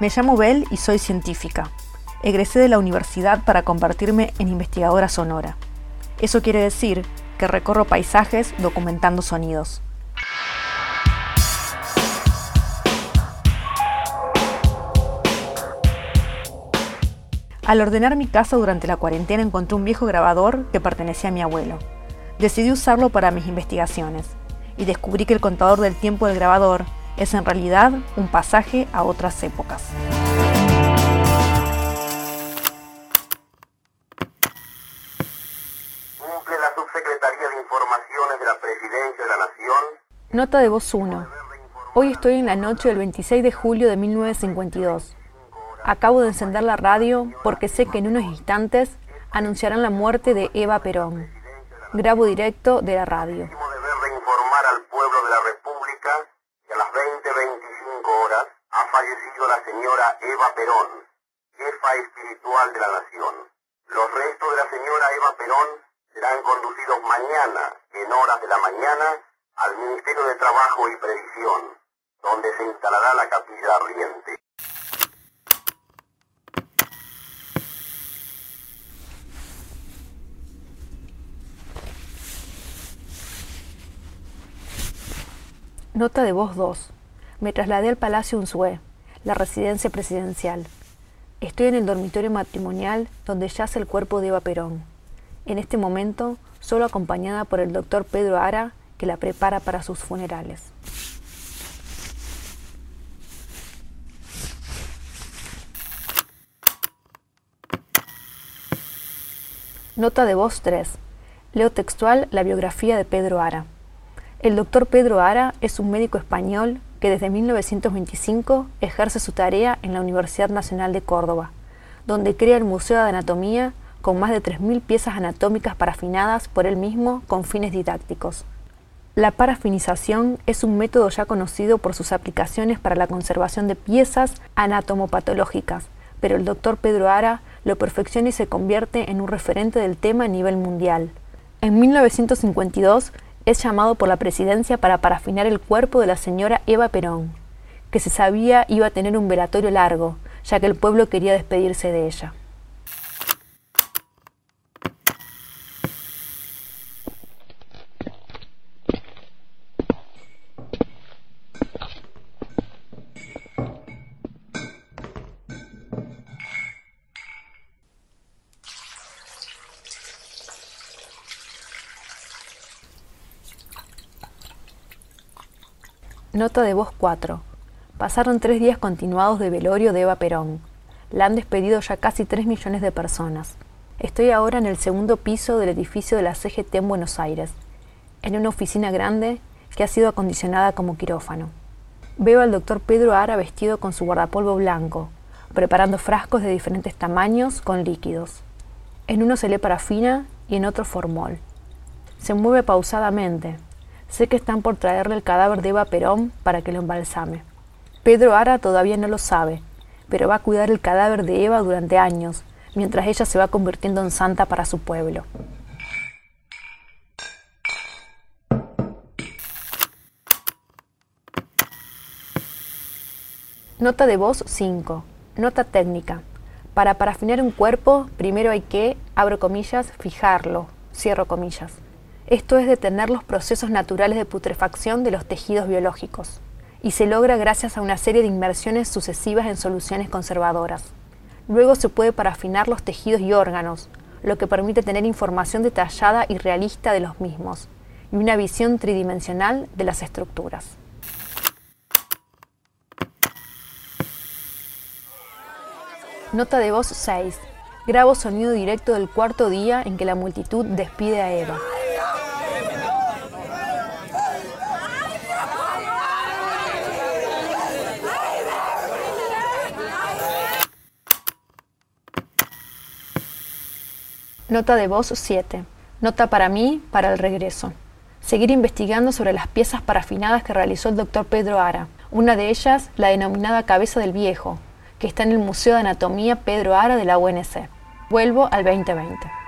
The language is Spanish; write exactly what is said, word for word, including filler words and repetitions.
Me llamo Bel y soy científica. Egresé de la universidad para convertirme en investigadora sonora. Eso quiere decir que recorro paisajes documentando sonidos. Al ordenar mi casa durante la cuarentena encontré un viejo grabador que pertenecía a mi abuelo. Decidí usarlo para mis investigaciones y descubrí que el contador del tiempo del grabador es en realidad un pasaje a otras épocas. Cumple la Subsecretaría de Informaciones de la Presidencia de la Nación. Nota de voz uno. Hoy estoy en la noche del veintiséis de julio de mil novecientos cincuenta y dos. Acabo de encender la radio porque sé que en unos instantes anunciarán la muerte de Eva Perón. Grabo directo de la radio. Tengo deber de informar al pueblo de la República que a las veinte veinticinco horas ha fallecido la señora Eva Perón, jefa espiritual de la nación. Los restos de la señora Eva Perón serán conducidos mañana, en horas de la mañana, al Ministerio de Trabajo y Previsión, donde se instalará la capilla ardiente. Nota de voz dos. Me trasladé al Palacio Unzué, la residencia presidencial. Estoy en el dormitorio matrimonial donde yace el cuerpo de Eva Perón. En este momento, solo acompañada por el doctor Pedro Ara, que la prepara para sus funerales. Nota de voz tres. Leo textual la biografía de Pedro Ara. El doctor Pedro Ara es un médico español que desde mil novecientos veinticinco ejerce su tarea en la Universidad Nacional de Córdoba, donde crea el Museo de Anatomía con más de tres mil piezas anatómicas parafinadas por él mismo con fines didácticos. La parafinización es un método ya conocido por sus aplicaciones para la conservación de piezas anatomopatológicas, pero el doctor Pedro Ara lo perfecciona y se convierte en un referente del tema a nivel mundial. En mil novecientos cincuenta y dos es llamado por la presidencia para parafinar el cuerpo de la señora Eva Perón, que se sabía iba a tener un velatorio largo, ya que el pueblo quería despedirse de ella. Nota de voz cuatro. Pasaron tres días continuados de velorio de Eva Perón. La han despedido ya casi tres millones de personas. Estoy ahora en el segundo piso del edificio de la C G T en Buenos Aires, en una oficina grande que ha sido acondicionada como quirófano. Veo al doctor Pedro Ara vestido con su guardapolvo blanco, preparando frascos de diferentes tamaños con líquidos. En uno se lee parafina y en otro formol. Se mueve pausadamente. Sé que están por traerle el cadáver de Eva Perón para que lo embalsame. Pedro Ara todavía no lo sabe, pero va a cuidar el cadáver de Eva durante años, mientras ella se va convirtiendo en santa para su pueblo. Nota de voz cinco. Nota técnica. Para parafinar un cuerpo, primero hay que, abro comillas, fijarlo, cierro comillas. Esto es detener los procesos naturales de putrefacción de los tejidos biológicos, y se logra gracias a una serie de inmersiones sucesivas en soluciones conservadoras. Luego se puede parafinar los tejidos y órganos, lo que permite tener información detallada y realista de los mismos, y una visión tridimensional de las estructuras. Nota de voz seis. Grabo sonido directo del cuarto día en que la multitud despide a Eva. Nota de voz siete. Nota para mí, para el regreso. Seguir investigando sobre las piezas parafinadas que realizó el doctor Pedro Ara. Una de ellas, la denominada cabeza del viejo, que está en el Museo de Anatomía Pedro Ara de la U N C. Vuelvo al veinte veinte.